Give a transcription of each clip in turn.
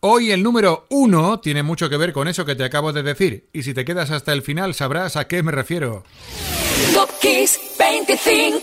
Hoy el número 1 tiene mucho que ver con eso que te acabo de decir. Y si te quedas hasta el final sabrás a qué me refiero. Top Kiss 25.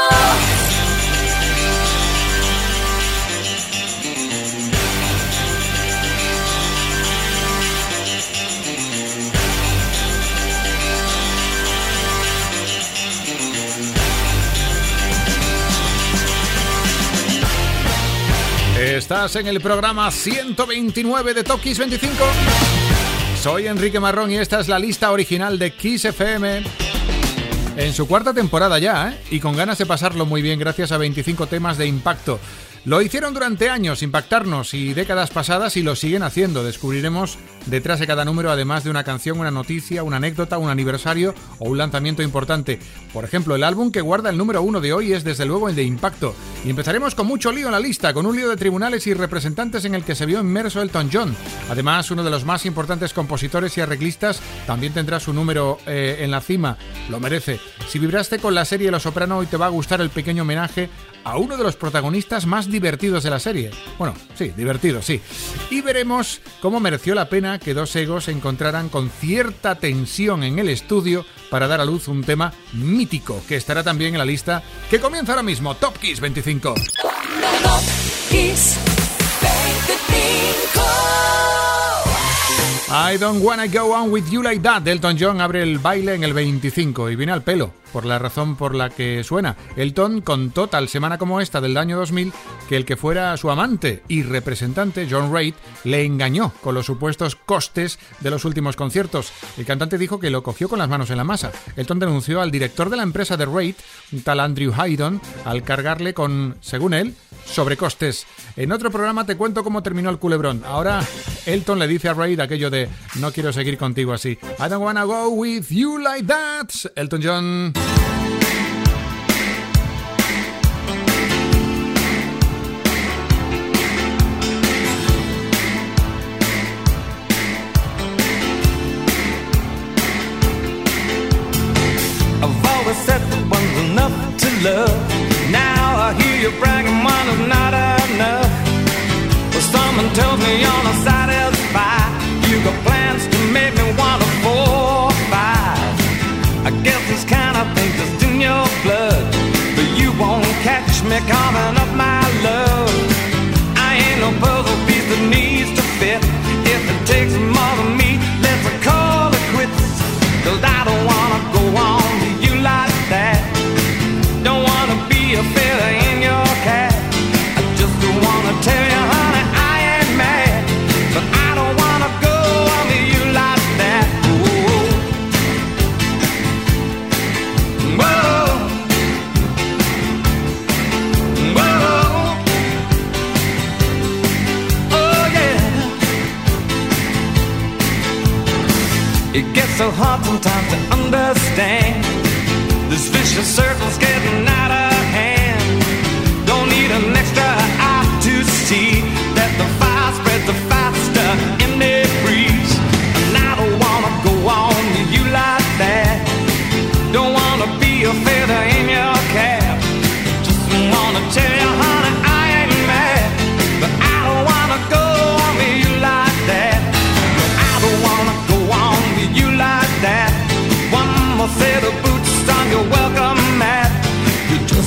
Estás en el programa 129 de Top Kiss 25. Soy Enrique Marrón y esta es la lista original de Kiss FM. En su cuarta temporada ya, y con ganas de pasarlo muy bien gracias a 25 temas de impacto. Lo hicieron durante años, impactarnos y décadas pasadas y lo siguen haciendo. Descubriremos detrás de cada número, además de una canción, una noticia, una anécdota, un aniversario o un lanzamiento importante. Por ejemplo, el álbum que guarda el número 1 de hoy es desde luego el de Impacto. Y empezaremos con mucho lío en la lista, con un lío de tribunales y representantes en el que se vio inmerso Elton John. Además, uno de los más importantes compositores y arreglistas también tendrá su número en la cima. Lo merece. Si vibraste con la serie Los Soprano, hoy te va a gustar el pequeño homenaje a uno de los protagonistas más divertidos de la serie. Bueno, sí, divertido, sí. Y veremos cómo mereció la pena que dos egos se encontraran con cierta tensión en el estudio para dar a luz un tema mítico, que estará también en la lista que comienza ahora mismo, Top Kiss 25. Top Kiss 25. I Don't Wanna Go On With You Like That. Elton John abre el baile en el 25 y viene al pelo, por la razón por la que suena. Elton contó tal semana como esta del año 2000 que el que fuera su amante y representante, John Reid, le engañó con los supuestos costes de los últimos conciertos. El cantante dijo que lo cogió con las manos en la masa. Elton denunció al director de la empresa de Reid, un tal Andrew Haydon, al cargarle con, según él, sobrecostes. En otro programa te cuento cómo terminó el culebrón. Ahora Elton le dice a Reid aquello de no quiero seguir contigo así. I don't wanna go with you like that. Elton John. I've always said that one's enough to love. Now I hear you bragging one is not enough. Well, someone tells me you're not satisfied. You got plans to make me want a 4 or 5. I guess this kind of thing just in your blood. But you won't catch me coming up my love. I ain't no puzzle piece that needs to fit. If it takes more than me, let's call it quits. 'Cause I don't wanna go on with you like that. Don't wanna be a feather in your cap. I just wanna tell you, honey, I ain't mad. But I don't wanna go on with you like that. Whoa. Whoa. Whoa. Oh yeah. It gets so hard sometimes to understand. This vicious circle's getting out of hand. Don't need an extra eye to see that the fire spreads the faster in the breeze. And I don't wanna go on with you like that. Don't wanna be a feather in your cap. Just wanna tell you, honey, I ain't mad. But I don't wanna go on with you like that. I don't wanna go on with you like that. One more set of boots on your welcome mat. You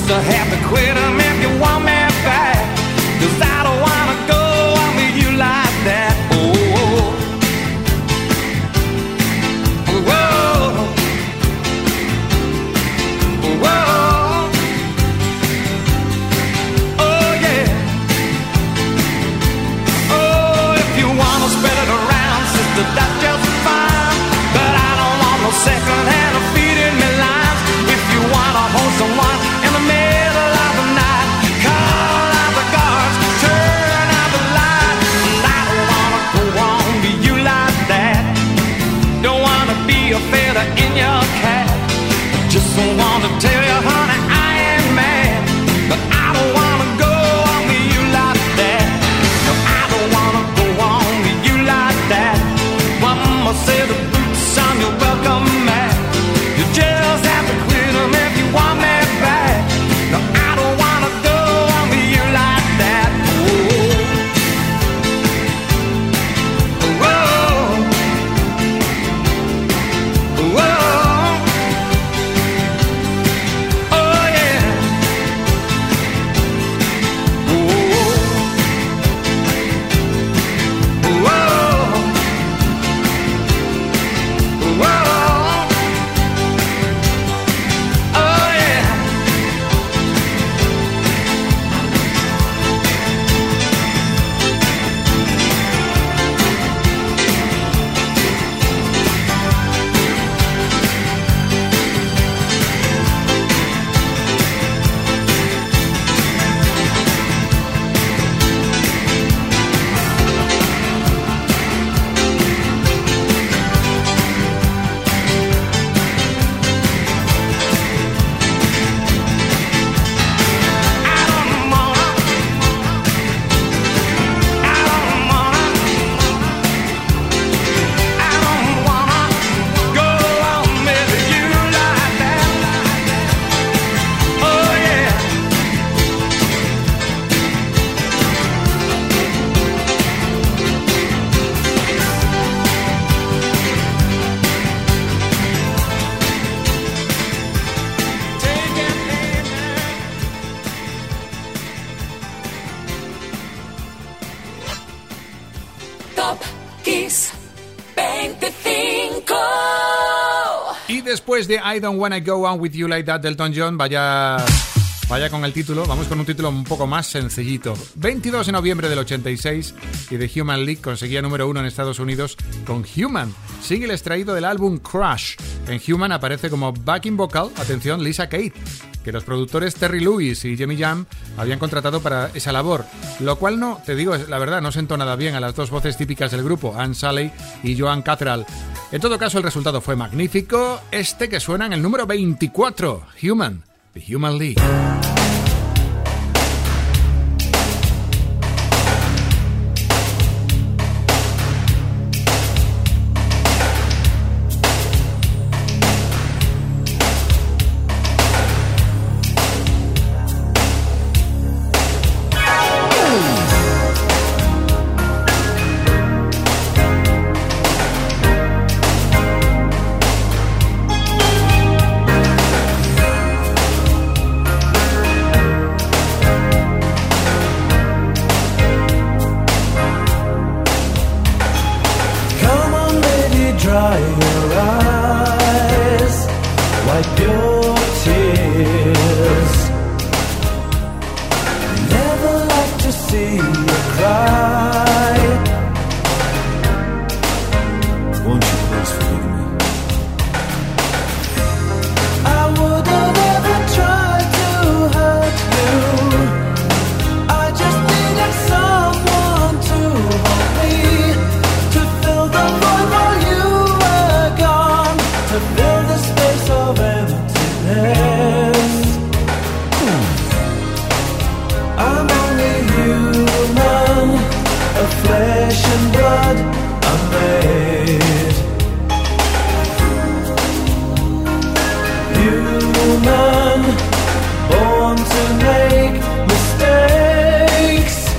Top Kiss 25. Y después de I Don't Wanna Go On With You Like That, Elton John, vaya con el título. Vamos con un título un poco más sencillito. 22 de noviembre del 86 y The Human League conseguía número 1 en Estados Unidos con Human, single extraído del álbum Crush. En Human aparece como backing vocal, atención, Lisa Kate, que los productores Terry Lewis y Jimmy Jam habían contratado para esa labor, lo cual no, te digo, la verdad, no sentó nada bien a las dos voces típicas del grupo, Anne Sully y Joan Cattrall. En todo caso, el resultado fue magnífico, este que suena en el número 24, Human, The Human League. Dry your eyes, wipe your tears. Never like to see you cry. Won't you please forgive me? I would have never tried to hurt you. I just needed someone to hold me, to fill the void while you to fill the space of emptiness. I'm only human, of flesh and blood I'm made. Human, born to make mistakes.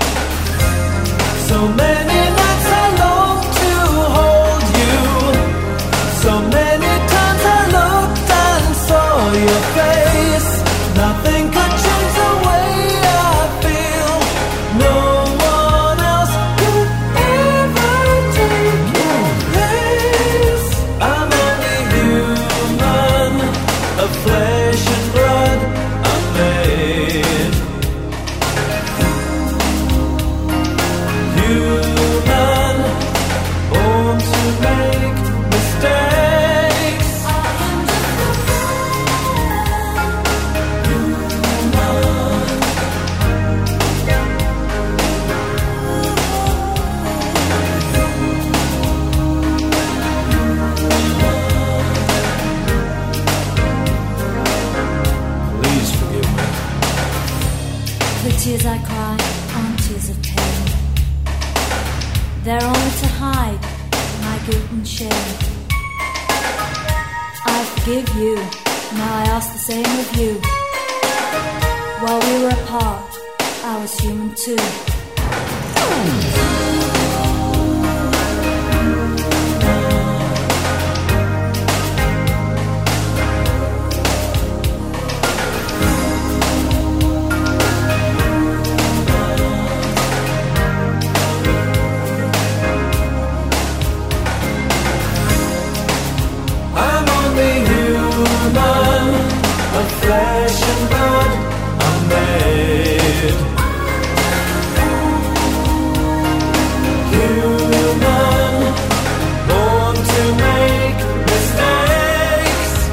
So many nights I long to hold you. So many times I looked and saw your face. Nothing could change the way I feel. No one else could ever take your place. I'm only human, of flesh and blood I'm made. Human, born to make mistakes. Please forgive me. The tears I cry aren't tears of pain. They're only to hide my guilt and shame. I forgive you, now I ask the same of you. While we were apart, I was human too. I'm only human, of flesh and blood I'm made. Human, born to make mistakes.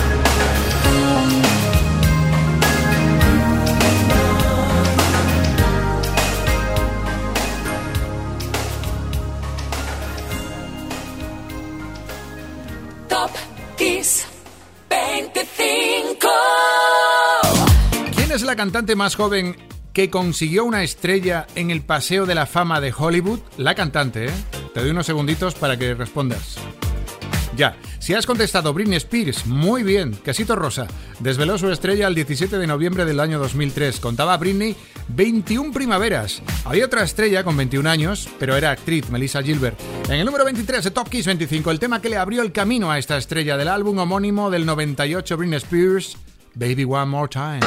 Top Kiss 25. ¿Quién es la cantante más joven que consiguió una estrella en el Paseo de la Fama de Hollywood? La cantante, ¿eh? Te doy unos segunditos para que respondas. Ya, si has contestado Britney Spears, muy bien, Quesito Rosa. Desveló su estrella el 17 de noviembre del año 2003. Contaba Britney 21 primaveras. Había otra estrella con 21 años, pero era actriz, Melissa Gilbert. En el número 23 de Top Kiss 25, el tema que le abrió el camino a esta estrella del álbum homónimo del 98, Britney Spears, Baby One More Time.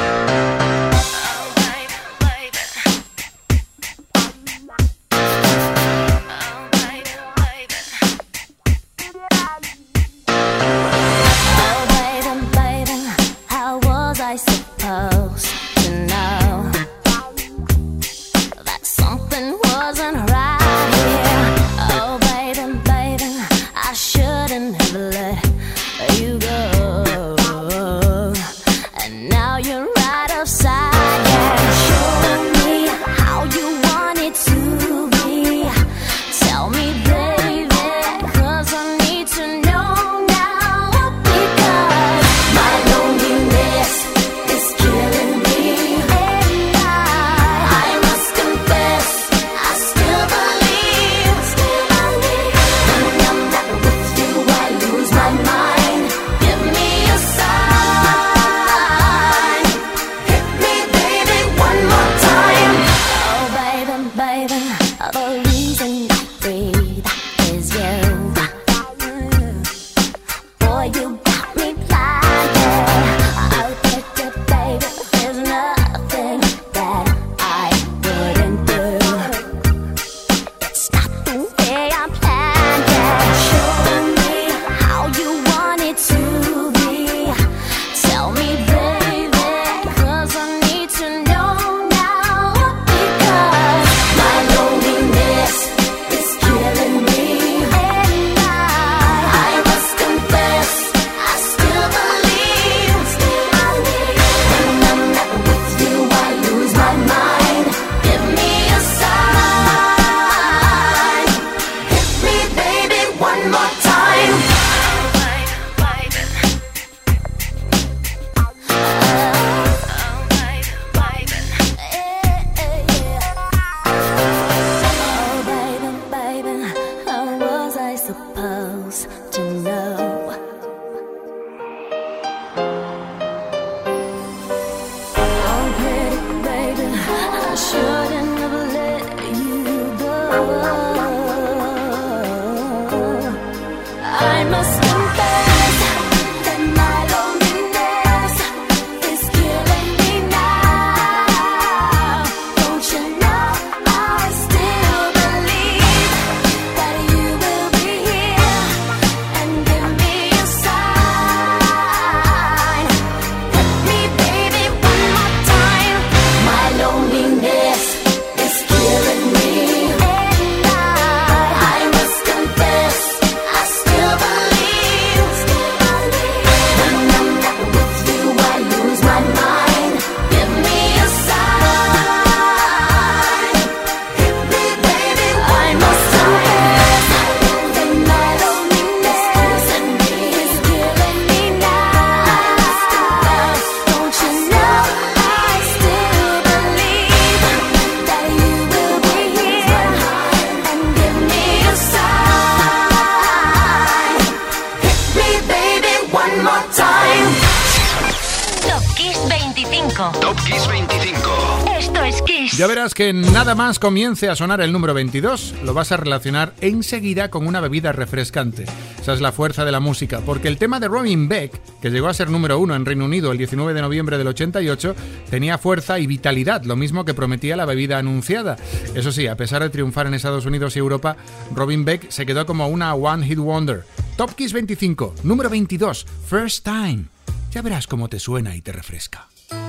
Ya verás que nada más comience a sonar el número 22, lo vas a relacionar enseguida con una bebida refrescante. Esa es la fuerza de la música, porque el tema de Robin Beck, que llegó a ser número 1 en Reino Unido el 19 de noviembre del 88, tenía fuerza y vitalidad, lo mismo que prometía la bebida anunciada. Eso sí, a pesar de triunfar en Estados Unidos y Europa, Robin Beck se quedó como una One Hit Wonder. Top Kiss 25, número 22, First Time. Ya verás cómo te suena y te refresca.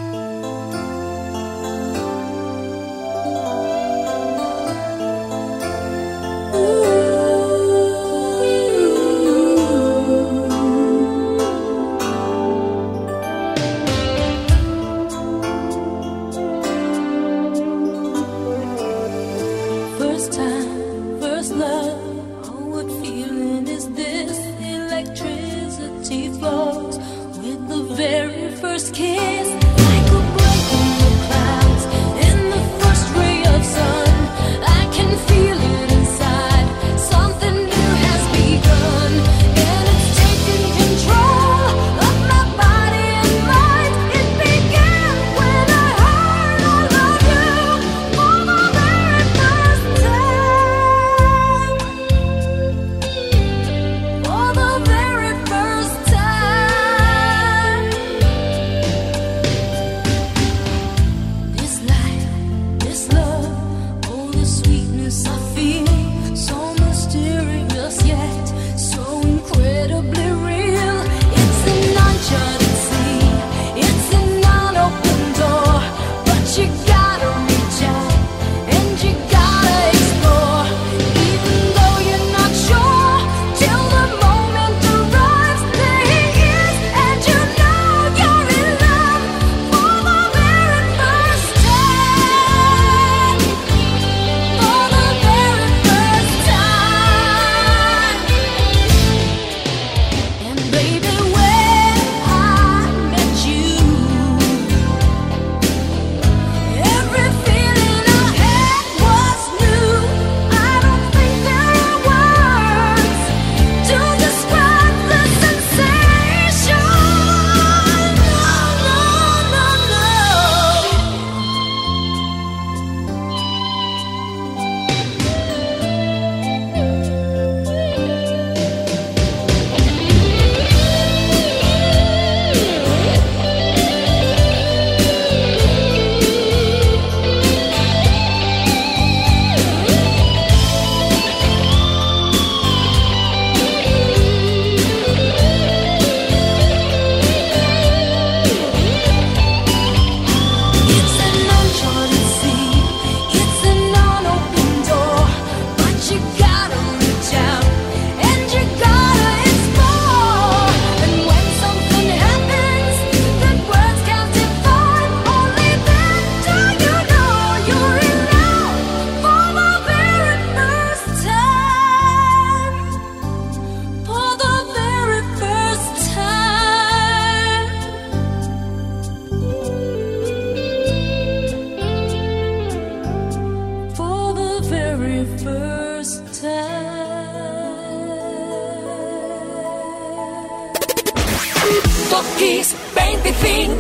Top Kiss 25.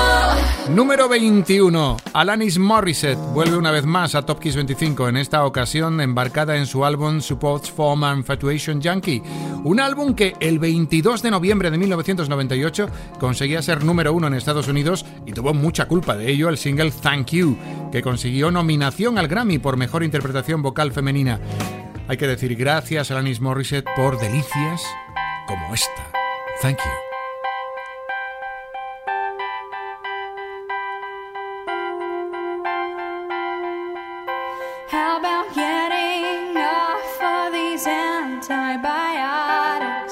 Número 21. Alanis Morissette vuelve una vez más a Top Kiss 25, en esta ocasión embarcada en su álbum Supports for Infatuation Junkie, un álbum que el 22 de noviembre de 1998 conseguía ser número 1 en Estados Unidos y tuvo mucha culpa de ello el single Thank You, que consiguió nominación al Grammy por mejor interpretación vocal femenina. Hay que decir gracias a Alanis Morissette por delicias como esta. Thank You. How about getting off of these antibiotics?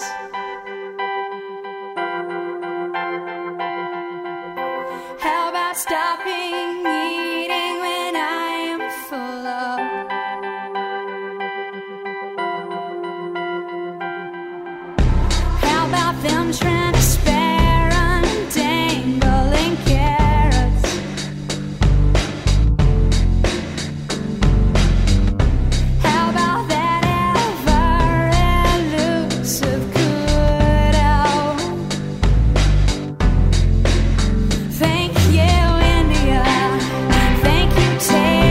How about stopping eating when I am full of? How about them trying to spare untangling carrots? How about that ever elusive kudo? Thank you, India. Thank you, Tay.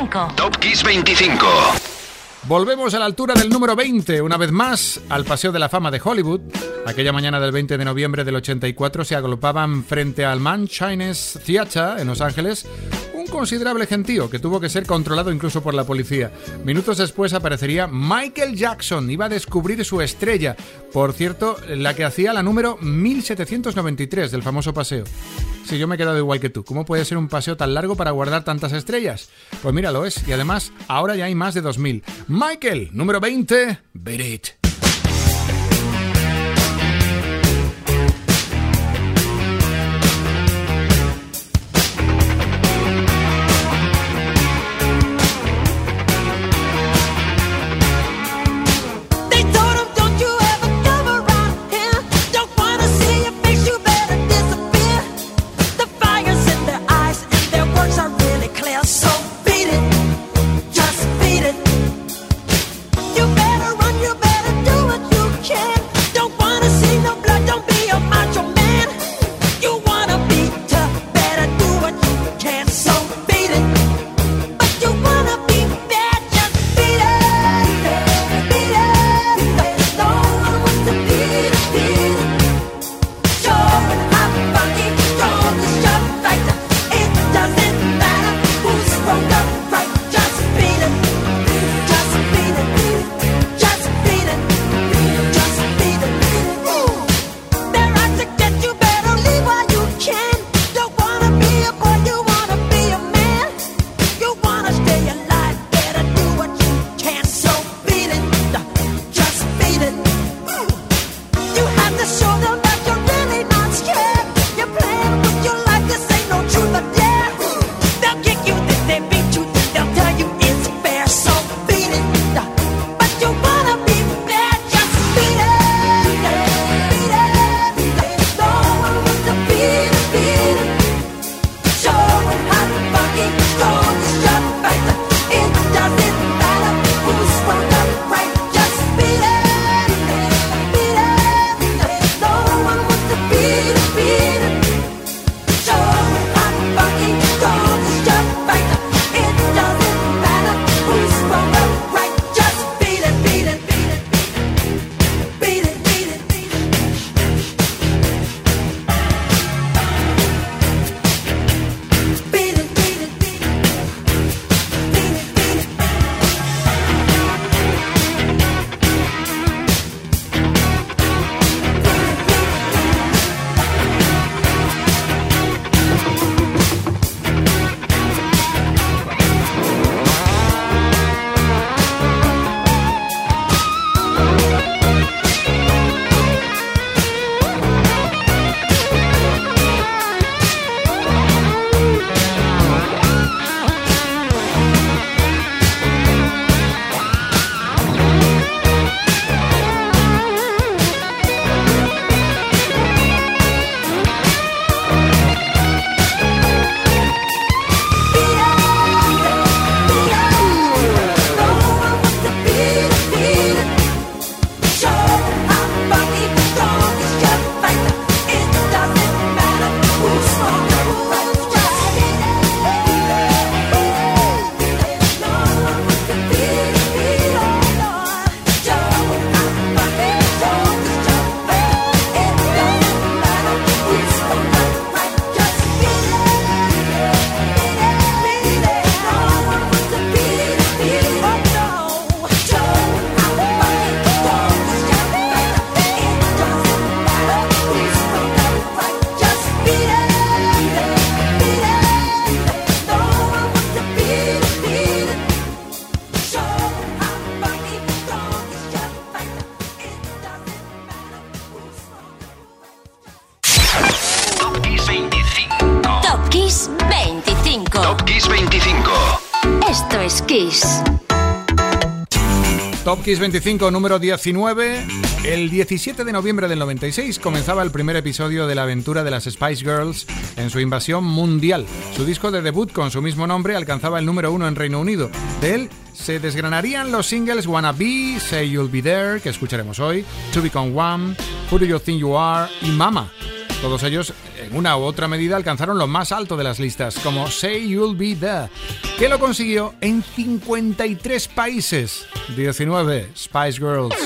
25. Top Kiss 25. Volvemos a la altura del número 20, una vez más, al Paseo de la Fama de Hollywood. Aquella mañana del 20 de noviembre del 84 se agolpaban frente al Mann Chinese Theatre en Los Ángeles un considerable gentío que tuvo que ser controlado incluso por la policía. Minutos después aparecería Michael Jackson, iba a descubrir su estrella, por cierto, la que hacía la número 1793 del famoso paseo. Sí, yo me he quedado igual que tú. ¿Cómo puede ser un paseo tan largo para guardar tantas estrellas? Pues mira, lo es. Y además, ahora ya hay más de 2000. Michael, número 20, Beat It. Kiss. Top Kiss 25, número 19. El 17 de noviembre del 96 comenzaba el primer episodio de la aventura de las Spice Girls en su invasión mundial. Su disco de debut con su mismo nombre alcanzaba el número 1 en Reino Unido. De él se desgranarían los singles Wanna Be, Say You'll Be There, que escucharemos hoy, To Become One, Who Do You Think You Are y Mama. Todos ellos, en una u otra medida, alcanzaron lo más alto de las listas, como Say You'll Be There, que lo consiguió en 53 países. 19, Spice Girls.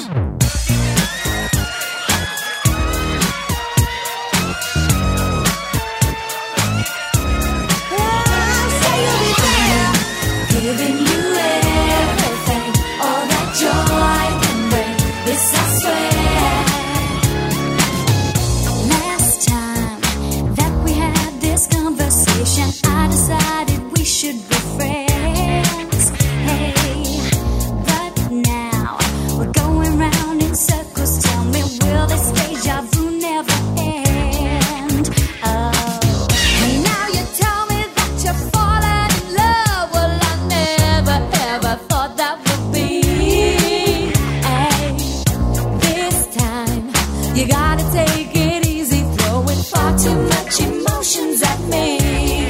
I decided we should be friends. Hey, but now we're going round in circles. Tell me, will this deja vu never end? Oh, and now you tell me that you're falling in love. Well, I never ever thought that would be. Hey, this time you gotta take it easy, throwing far too much emotions at me.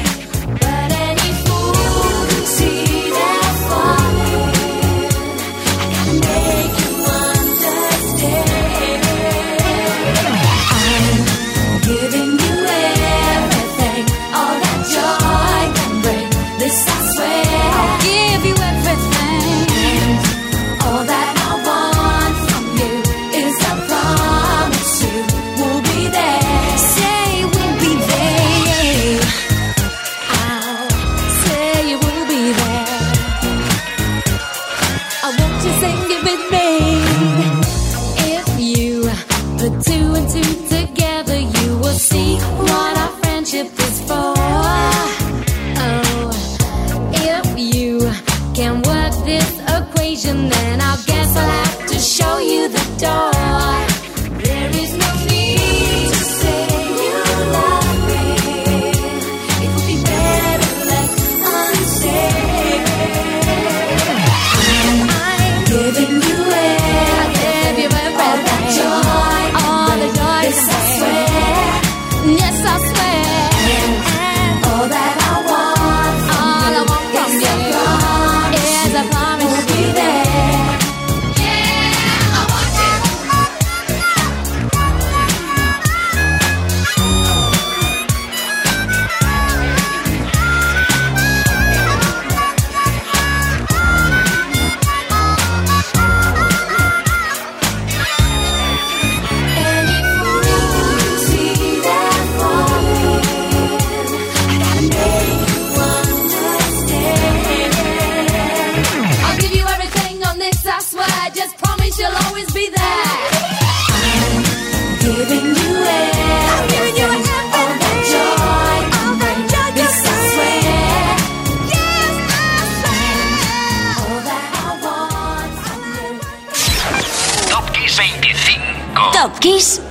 Top Kiss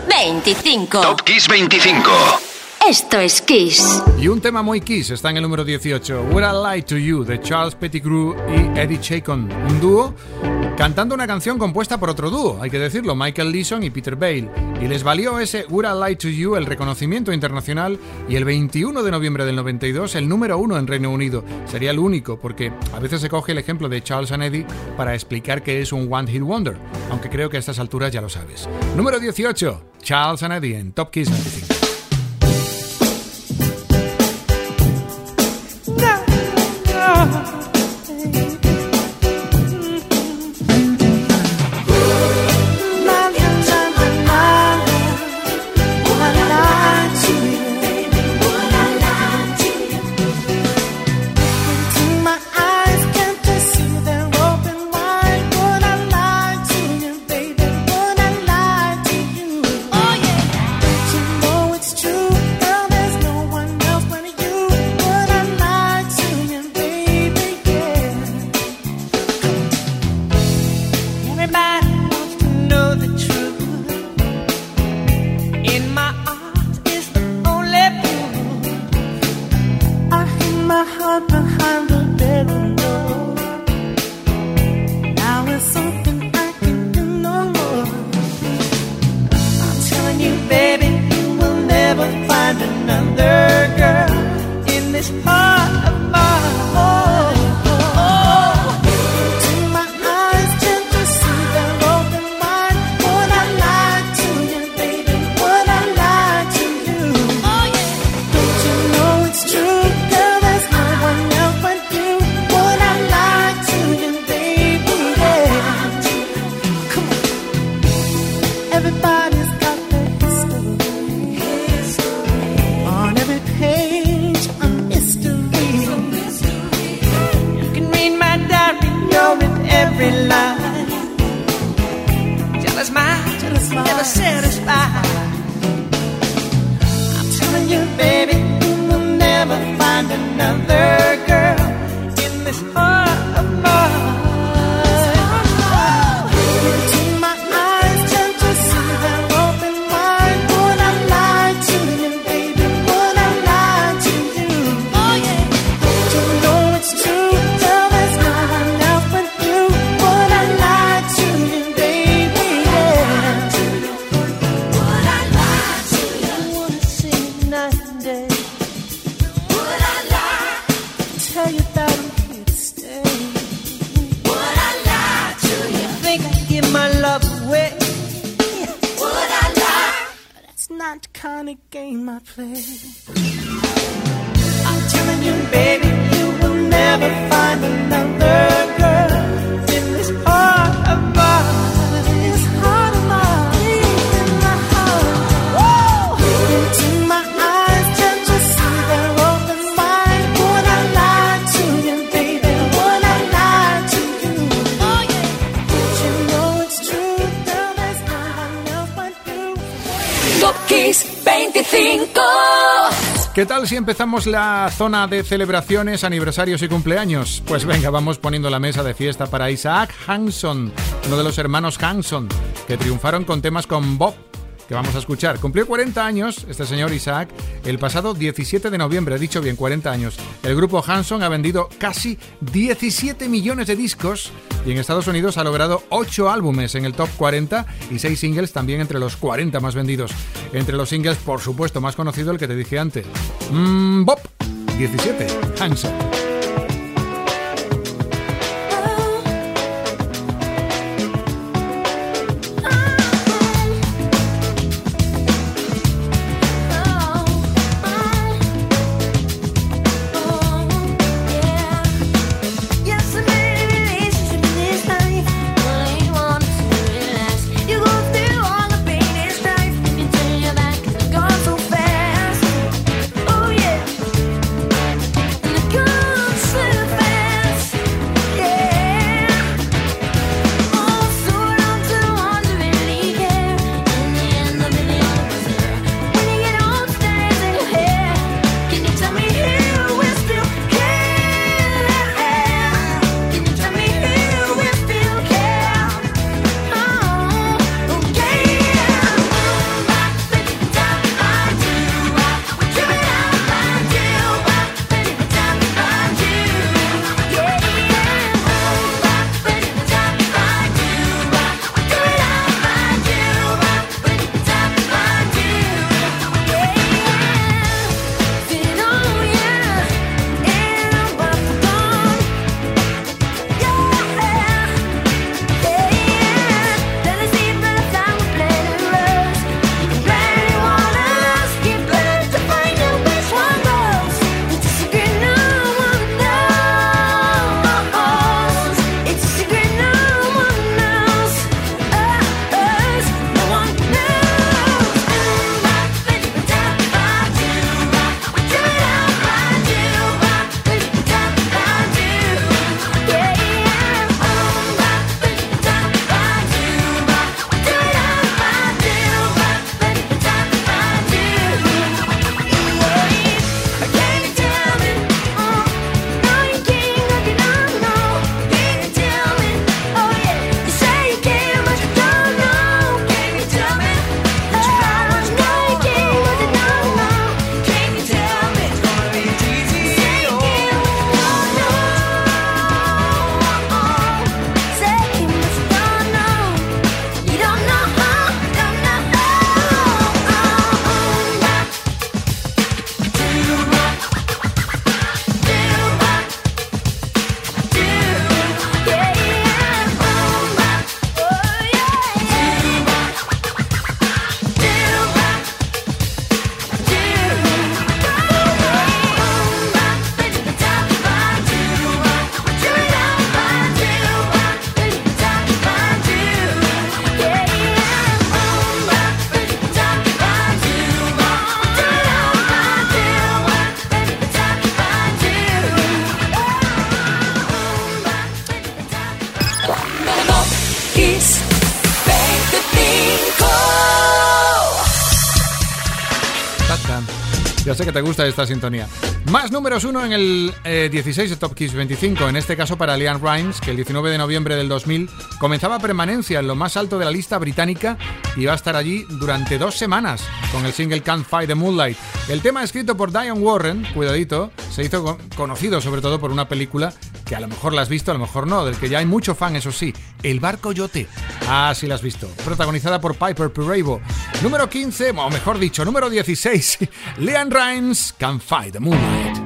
25. Top Kiss 25. Esto es Kiss. Y un tema muy Kiss está en el número 18, Would I Lie to You, de Charles Pettigrew y Eddie Chacon, un dúo cantando una canción compuesta por otro dúo, hay que decirlo, Michael Leeson y Peter Bale, y les valió ese Would I Lie to You el reconocimiento internacional y el 21 de noviembre del 92 el número 1 en Reino Unido. Sería el único, porque a veces se coge el ejemplo de Charles and Eddie para explicar que es un One Hit Wonder, aunque creo que a estas alturas ya lo sabes. Número 18, Charles and Eddie en Top Kiss 25. Oh yeah, you know satisfied. I'm telling you, baby, you will never find another girl in this heart of mine. Into my eyes, can't you see they're open wide? Would I lie to you, baby? Would I lie to you? Oh yeah. Don't you know it's true? Tell there's not enough with you. Would I lie to you, baby? Yeah. Would I lie to you? I wanna see you night and day. Would I lie? Tell you that I'm here to stay. Would I lie to you? Think I give my love away? Would I lie? That's not the kind of game I play. I'm telling you, baby, you will never find another girl in this heart of mine. This heart of mine, deep in my heart. Woo! Into my eyes, can't you see they're open wide? Would I lie to you, baby? Would I lie to you? Oh yeah. Don't you know it's true? Girl, there's not enough but you. Top Kiss 25. ¿Qué tal si empezamos la zona de celebraciones, aniversarios y cumpleaños? Pues venga, vamos poniendo la mesa de fiesta para Isaac Hanson, uno de los hermanos Hanson, que triunfaron con temas con Bob, que vamos a escuchar. Cumplió 40 años este señor Isaac el pasado 17 de noviembre, he dicho bien, 40 años. El grupo Hanson ha vendido casi 17 millones de discos y en Estados Unidos ha logrado 8 álbumes en el top 40 y 6 singles también entre los 40 más vendidos. Entre los singles, por supuesto, más conocido el que te dije antes. Bob, 17, Hanson. Gone so fast. Oh yeah. And the Ya sé que te gusta esta sintonía. Más números 1 en el 16 de Top Kiss 25, en este caso para LeAnn Rimes, que el 19 de noviembre del 2000 comenzaba permanencia en lo más alto de la lista británica y va a estar allí durante 2 semanas con el single Can't Fight the Moonlight. El tema escrito por Diane Warren, cuidadito, se hizo conocido sobre todo por una película que a lo mejor la has visto, a lo mejor no, del que ya hay mucho fan, eso sí, El Barco Yote. Ah, sí la has visto. Protagonizada por Piper Perabo. Número 15, o mejor dicho, número 16, LeAnn Rimes, Can't Fight the Moonlight.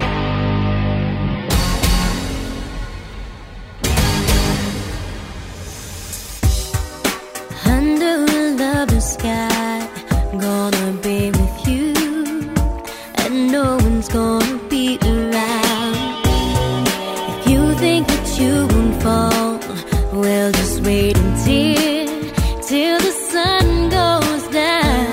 Under a lovely sky, gonna be with you, and no one's gonna be around. If you think that you won't fall, well, just wait till the sun goes down.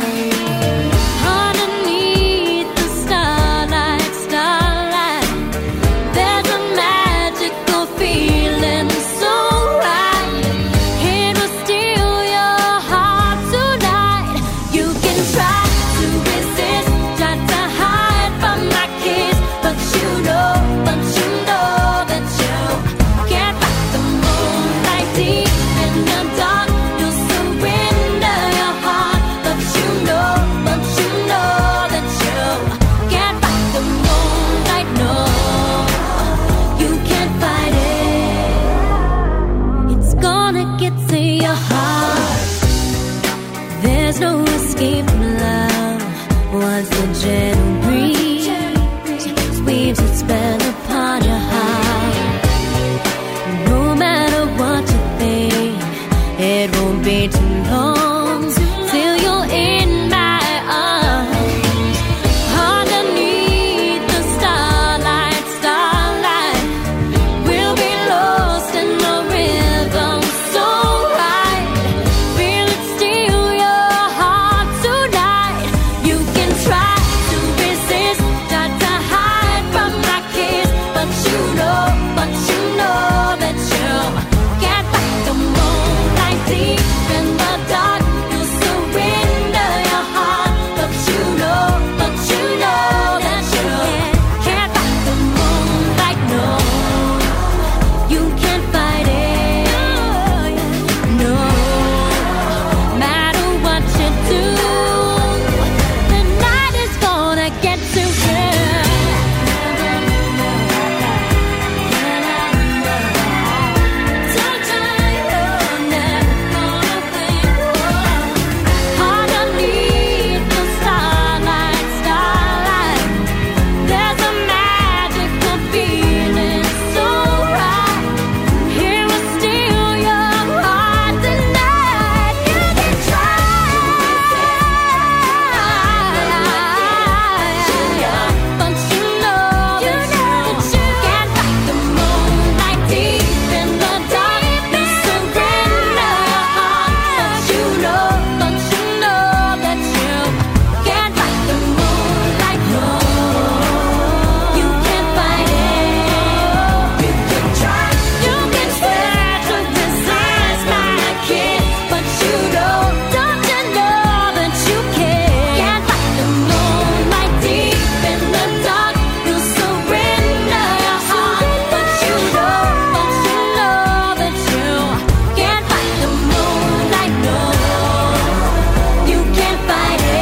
Underneath the starlight, there's a magical feeling so right. It will steal your heart tonight. You can try to resist, try to hide from my kiss, but you know that you can't fight the moonlight deep in the dark. You'll surrender your heart, but you know that you can't fight the moonlight. No, you can't fight it. It's gonna get to your heart. There's no escape from love once the gentle breeze weaves its spell upon your heart. No matter what you think, it won't be too long till you're in my arms. Underneath the starlight, we'll be lost in the rhythm so right. Feel it steal your heart tonight. You can try to resist, try to hide from my kiss, but you know that you can't fight the moonlight deep in the dark. You'll surrender your heart, but you know that you can't fight the moonlight. No, you can't fight it. No, matter what you do, the night is gonna get to you. Underneath the starlight, there's a magical feeling so right. Here will steal your heart tonight. You can try, but you know that you can't fight the moonlight deep in the dark. You surrender your heart, but you know that you can't fight the moonlight. No, you can't fight it. You can try to resist my kiss, but you don't you know that you can't fight the moonlight deep in the dark. You surrender your heart, but you know that you can't fight the moonlight. No, you can't fight it.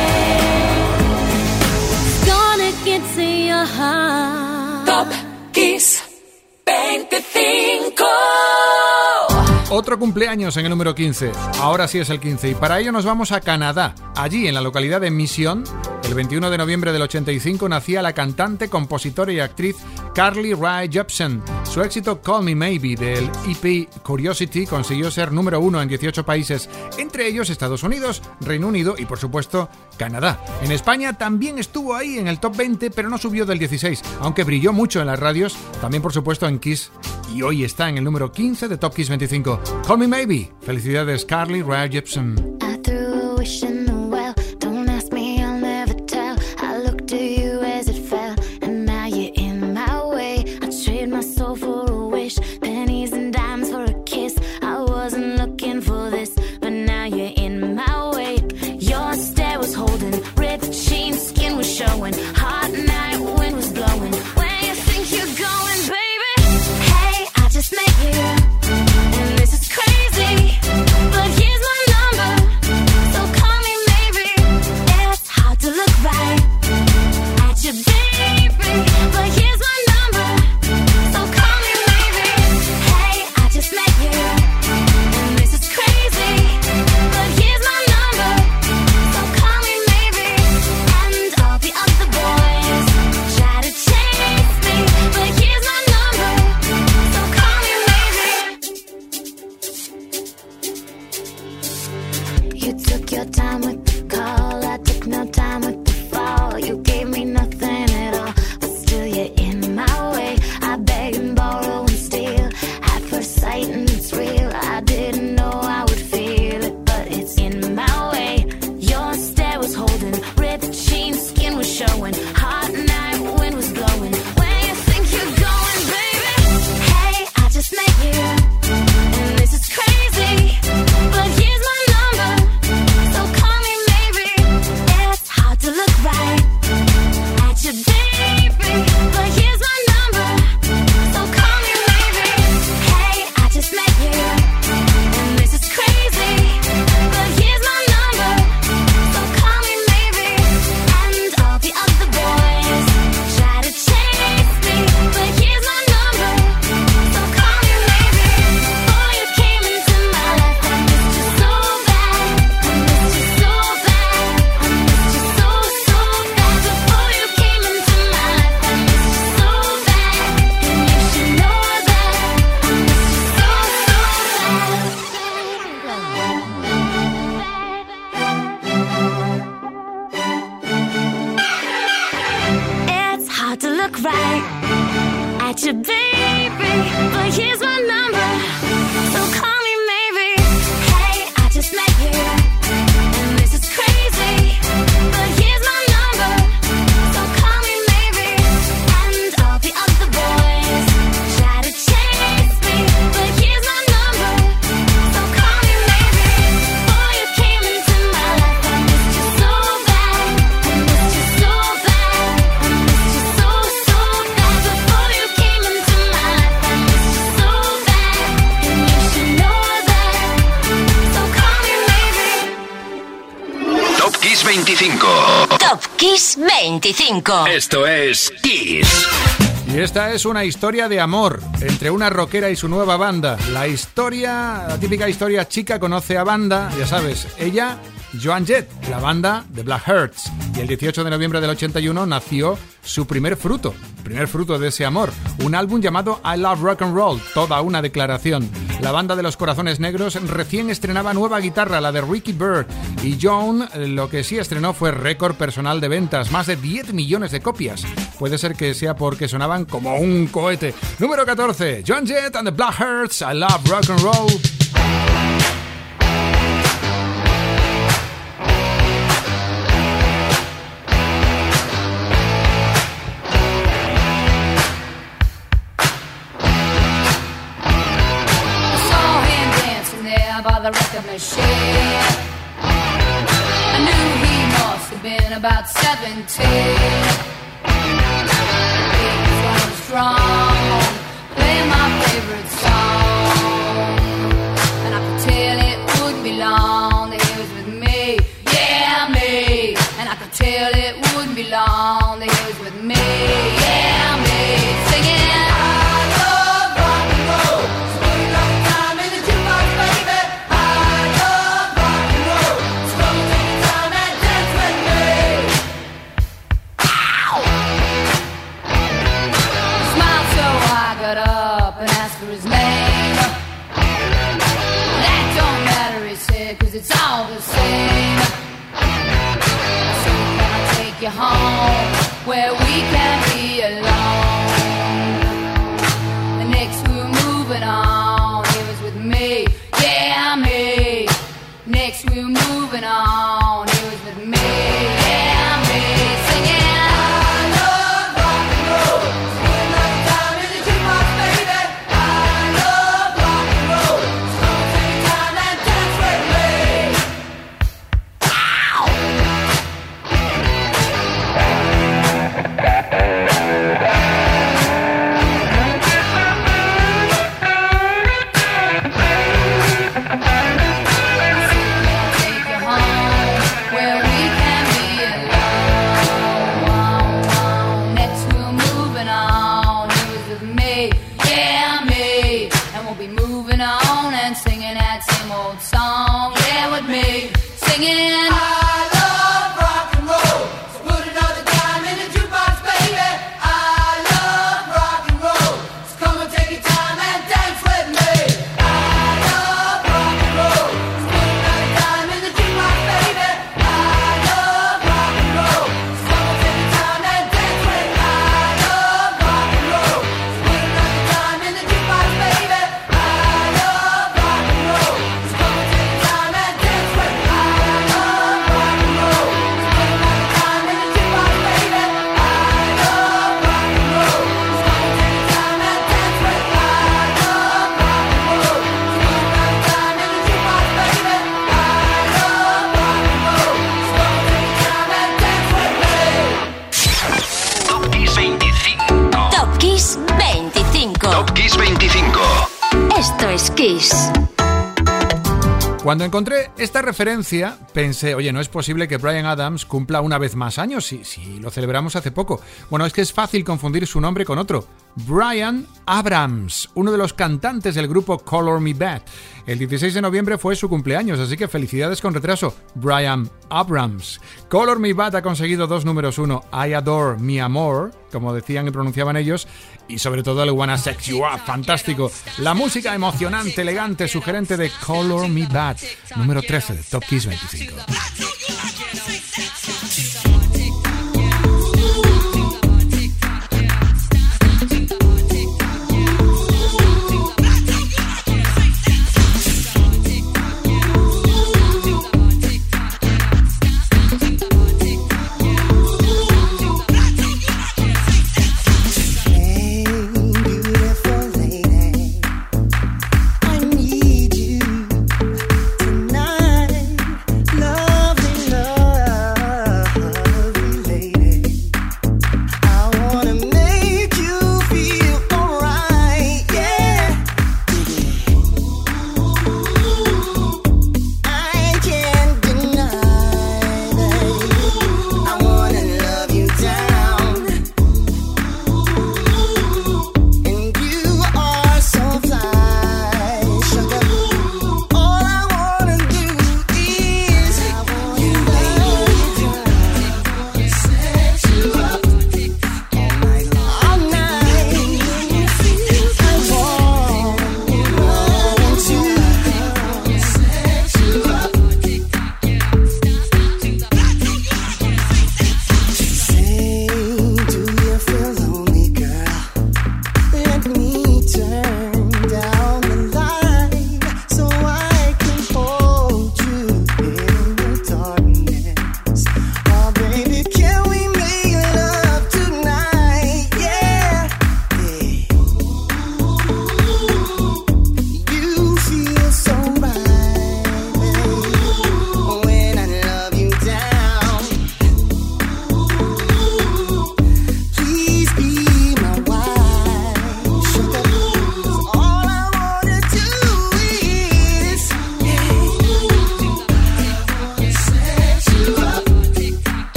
It's gonna get to your heart. Top Kiss 25. Otro cumpleaños en el número 15. Ahora sí es el 15. Y para ello nos vamos a Canadá. Allí, en la localidad de Mission, el 21 de noviembre del 85, nacía la cantante, compositora y actriz Carly Rae Jepsen. Su éxito Call Me Maybe del EP Curiosity consiguió ser número 1 en 18 países, entre ellos Estados Unidos, Reino Unido y, por supuesto, Canadá. En España también estuvo ahí en el top 20, pero no subió del 16, aunque brilló mucho en las radios, también por supuesto en Kiss, y hoy está en el número 15 de Top Kiss 25. Call Me Maybe. Felicidades, Carly Rae Jepsen. I threw a wish in the well. Don't ask me, I'll never tell. I looked at you as it fell, and now you're in my way. I trade my soul for a wish, pennies and dimes for a kiss. I wasn't looking for this, but now you're in my way. Your stare was holding, ripped jeans, skin was showing. took your time with the call, I took no time with the fall. You gave me nothing at all, but still you're in my way. I beg and borrow and steal at first sight, and it's real. I didn't know I would feel it, but it's in my way. Your stare was holding, ripped jeans, skin was showing, hot night wind was blowing. Where you think you're going, baby? Hey, I just met you, and this is crazy, but here's my number, so call me maybe. It's hard to look right at you, baby, but here's my number, so call me maybe. Hey, I just met you, and this is crazy, but here's my number, so call me maybe. And all the other boys try to chase me, but here's my number, so call me maybe. Before you came into my life, I missed you so bad, I missed you so bad, I missed you so, so bad. Before you came into my life, I missed you so bad, and you should know that I missed you so, It's hard to look right at you, baby, but here's my number, so call me maybe. Hey, I just met you, and this is crazy, but here's my number, so call me maybe. And all the other boys try to chase me, but here's my number, so call me maybe. Before you came into my life, I missed you so bad, I missed you so bad, I missed you so, so bad. Before you came into my life, I missed you so bad, and you should know that, so call me maybe. Top Kiss 25. Top Kiss 25. Esto es Kiss. Y esta es una historia de amor entre una rockera y su nueva banda. La típica historia chica conoce a banda, ya sabes, ella, Joan Jett, la banda de Black Hearts. Y el 18 de noviembre del 81 nació su primer fruto de ese amor, un álbum llamado I Love Rock and Roll, toda una declaración. La banda de los Corazones Negros recién estrenaba nueva guitarra, la de Ricky Byrd, y Joan lo que sí estrenó fue récord personal de ventas, más de 10 millones de copias. Puede ser que sea porque sonaban como un cohete. Número 14, Joan Jett and the Black Hearts, I Love Rock and Roll. By the record machine, I knew he must have been about 17. He was going strong, playing my favorite song, and I could tell it wouldn't be long that he was with me, yeah me. And I could tell it wouldn't be long that he was with me, yeah me. Singing it's all the same. So can I take you home where we can be alone? The next we were moving on, he was with me, yeah me. Next we were moving on, he was with me, yeah me. Singing Kiss. Cuando encontré esta referencia, pensé, oye, no es posible que Bryan Adams cumpla una vez más años, si lo celebramos hace poco. Bueno, es que es fácil confundir su nombre con otro. Bryan Abrams, uno de los cantantes del grupo Color Me Badd. El 16 de noviembre fue su cumpleaños, así que felicidades con retraso, Bryan Abrams. Color Me Badd ha conseguido 2 números 1, I Adore Mi Amor, como decían y pronunciaban ellos, y sobre todo el Wanna Sex You Up, fantástico. La música emocionante, elegante, sugerente de Color Me Badd, número 13 de Top Kiss 25.